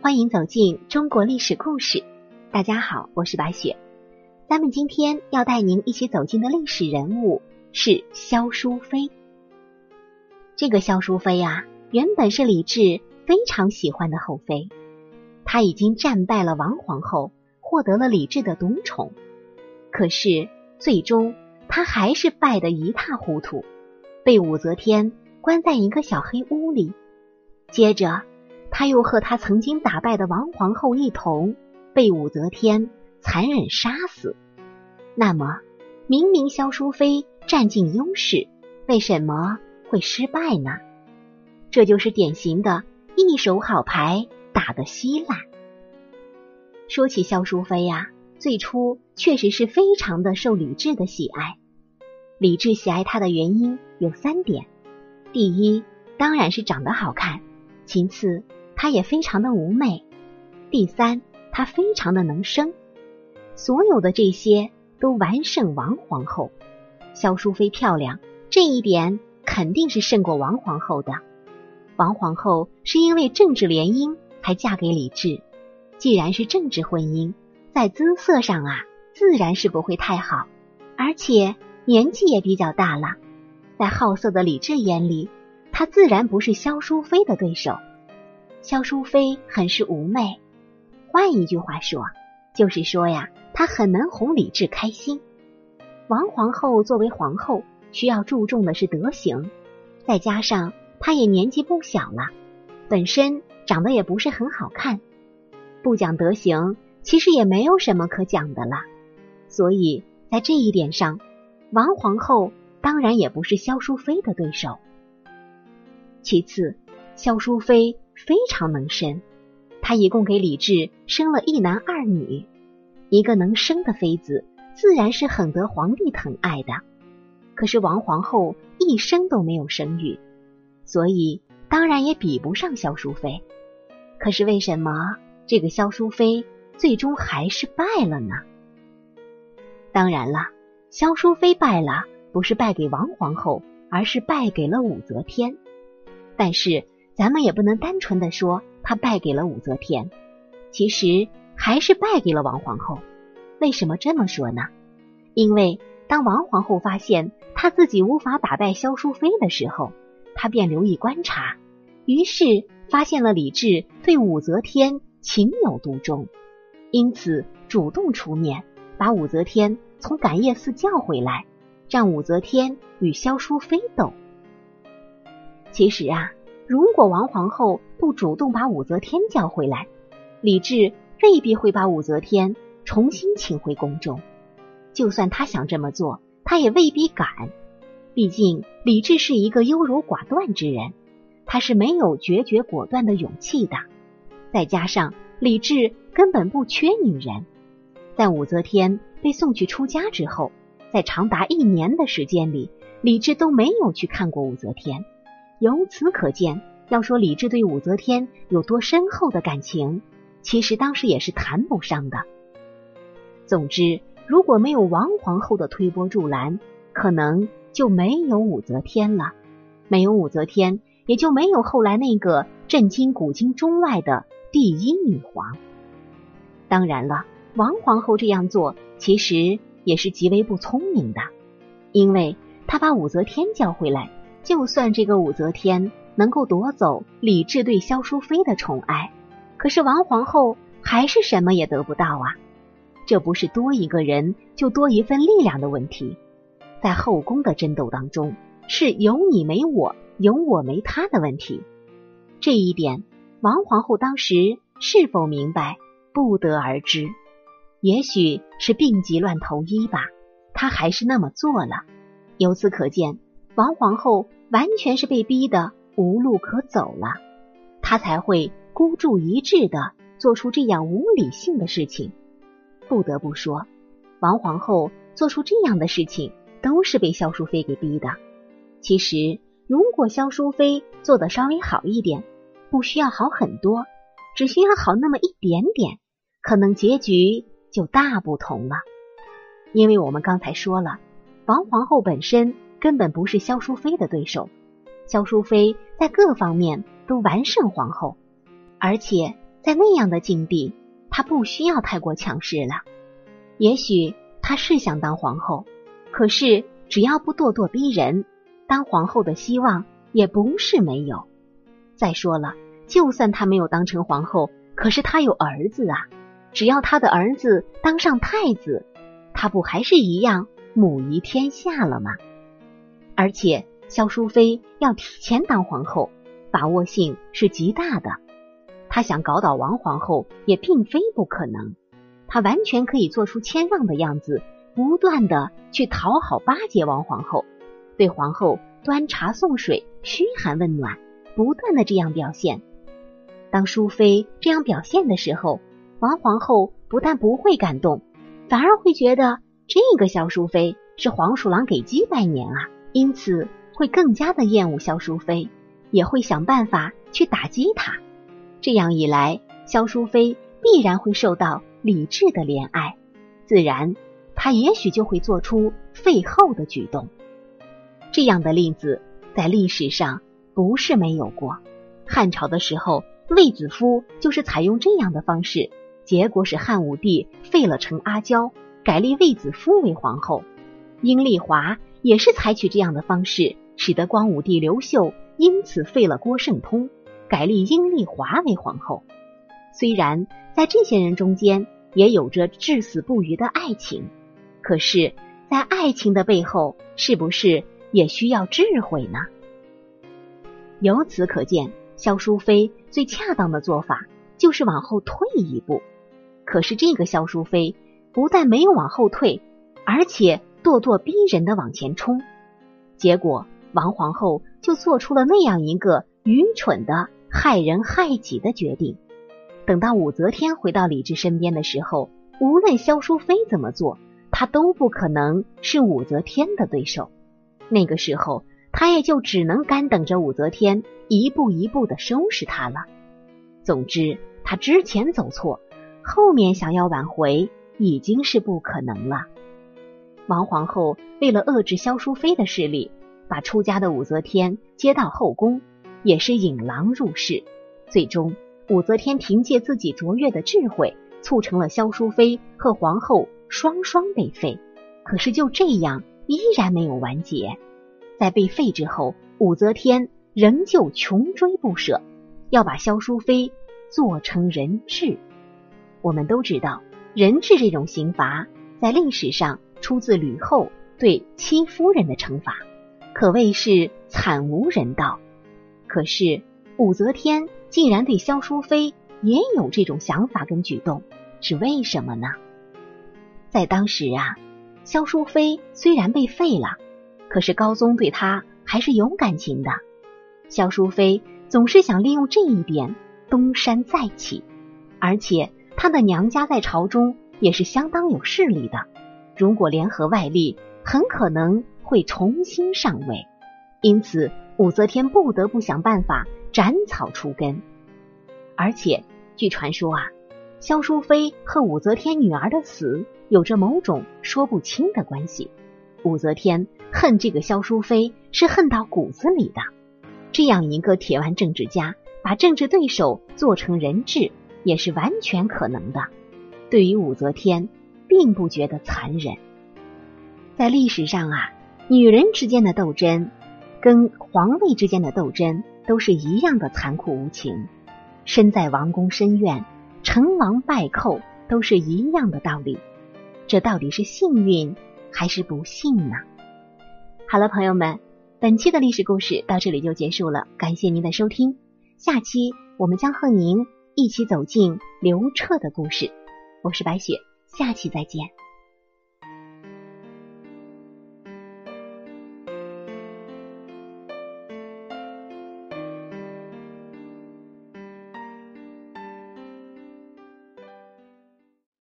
欢迎走进中国历史故事。大家好，我是白雪。咱们今天要带您一起走进的历史人物是萧淑妃。这个萧淑妃啊，原本是李治非常喜欢的后妃，她已经战败了王皇后，获得了李治的独宠。可是最终她还是败得一塌糊涂，被武则天关在一个小黑屋里。接着她又和她曾经打败的王皇后一同被武则天残忍杀死。那么明明萧淑妃占尽优势，为什么会失败呢？这就是典型的一手好牌打得稀烂。说起萧淑妃啊，最初确实是非常的受李治的喜爱。李治喜爱她的原因有3点。第一，当然是长得好看，其次她也非常的妩媚，第三，她非常的能生。所有的这些都完胜王皇后。萧淑妃漂亮，这一点肯定是胜过王皇后的。王皇后是因为政治联姻才嫁给李治，既然是政治婚姻，在姿色上啊，自然是不会太好，而且年纪也比较大了。在好色的李治眼里，她自然不是萧淑妃的对手。萧淑妃很是妩媚，换一句话说，就是说呀，她很能哄李治开心。王皇后作为皇后，需要注重的是德行，再加上她也年纪不小了，本身长得也不是很好看，不讲德行，其实也没有什么可讲的了。所以在这一点上，王皇后当然也不是萧淑妃的对手。其次，萧淑妃非常能生，她一共给李治生了1男2女。一个能生的妃子，自然是很得皇帝疼爱的。可是王皇后一生都没有生育，所以当然也比不上萧淑妃。可是为什么这个萧淑妃最终还是败了呢？当然了，萧淑妃败了，不是败给王皇后，而是败给了武则天。但是咱们也不能单纯的说她败给了武则天，其实还是败给了王皇后。为什么这么说呢？因为当王皇后发现她自己无法打败萧淑妃的时候，她便留意观察，于是发现了李治对武则天情有独钟，因此主动出面把武则天从感业寺叫回来，让武则天与萧淑妃斗。其实啊，如果王皇后不主动把武则天叫回来，李治未必会把武则天重新请回宫中。就算他想这么做，他也未必敢。毕竟李治是一个优柔寡断之人，他是没有决绝果断的勇气的。再加上李治根本不缺女人。在武则天被送去出家之后，在长达1年的时间里，李治都没有去看过武则天。由此可见，要说李治对武则天有多深厚的感情，其实当时也是谈不上的。总之，如果没有王皇后的推波助澜，可能就没有武则天了。没有武则天，也就没有后来那个震惊古今中外的第1女皇。当然了，王皇后这样做其实也是极为不聪明的，因为她把武则天叫回来，就算这个武则天能够夺走李治对萧淑妃的宠爱，可是王皇后还是什么也得不到啊。这不是多一个人就多一份力量的问题，在后宫的争斗当中，是有你没我，有我没他的问题。这一点王皇后当时是否明白，不得而知。也许是病急乱投医吧，她还是那么做了。由此可见，王皇后完全是被逼得无路可走了，她才会孤注一掷的做出这样无理性的事情。不得不说，王皇后做出这样的事情都是被萧淑妃给逼的。其实如果萧淑妃做得稍微好一点，不需要好很多，只需要好那么一点点，可能结局就大不同了。因为我们刚才说了，王皇后本身根本不是萧淑妃的对手，萧淑妃在各方面都完胜皇后，而且在那样的境地，她不需要太过强势了。也许她是想当皇后，可是只要不咄咄逼人，当皇后的希望也不是没有。再说了，就算她没有当成皇后，可是她有儿子啊，只要她的儿子当上太子，她不还是一样母仪天下了吗？而且萧淑妃要提前当皇后，把握性是极大的。她想搞倒王皇后也并非不可能，她完全可以做出谦让的样子，不断的去讨好巴结王皇后，对皇后端茶送水，嘘寒问暖，不断的这样表现。当淑妃这样表现的时候，王皇后不但不会感动，反而会觉得这个萧淑妃是黄鼠狼给鸡拜年啊，因此会更加的厌恶萧淑妃，也会想办法去打击她。这样一来，萧淑妃必然会受到理智的怜爱，自然她也许就会做出废后的举动。这样的例子在历史上不是没有过。汉朝的时候，卫子夫就是采用这样的方式，结果是汉武帝废了陈阿娇，改立卫子夫为皇后。阴丽华也是采取这样的方式，使得光武帝刘秀因此废了郭圣通，改立阴丽华为皇后。虽然在这些人中间也有着至死不渝的爱情，可是在爱情的背后，是不是也需要智慧呢？由此可见，萧淑妃最恰当的做法就是往后退一步。可是这个萧淑妃不但没有往后退，而且咄咄逼人的往前冲，结果王皇后就做出了那样一个愚蠢的害人害己的决定。等到武则天回到李治身边的时候，无论萧淑妃怎么做，她都不可能是武则天的对手。那个时候她也就只能干等着武则天一步一步的收拾她了。总之，她之前走错，后面想要挽回已经是不可能了。王皇后为了遏制萧淑妃的势力，把出家的武则天接到后宫，也是引狼入室。最终武则天凭借自己卓越的智慧，促成了萧淑妃和皇后双双被废。可是就这样依然没有完结。在被废之后，武则天仍旧穷追不舍，要把萧淑妃做成人质。我们都知道，人质这种刑罚在历史上出自吕后对戚夫人的惩罚，可谓是惨无人道。可是武则天竟然对萧淑妃也有这种想法跟举动，是为什么呢？在当时啊，萧淑妃虽然被废了，可是高宗对她还是有感情的。萧淑妃总是想利用这一点东山再起，而且她的娘家在朝中也是相当有势力的，如果联合外力，很可能会重新上位。因此武则天不得不想办法斩草除根。而且据传说啊，萧淑妃和武则天女儿的死有着某种说不清的关系。武则天恨这个萧淑妃是恨到骨子里的。这样一个铁腕政治家，把政治对手做成人质，也是完全可能的。对于武则天并不觉得残忍。在历史上啊，女人之间的斗争跟皇位之间的斗争都是一样的残酷无情。身在王宫深院，成王败寇都是一样的道理。这到底是幸运还是不幸呢？好了，朋友们，本期的历史故事到这里就结束了，感谢您的收听。下期我们将和您一起走进刘彻的故事。我是白雪，下期再见。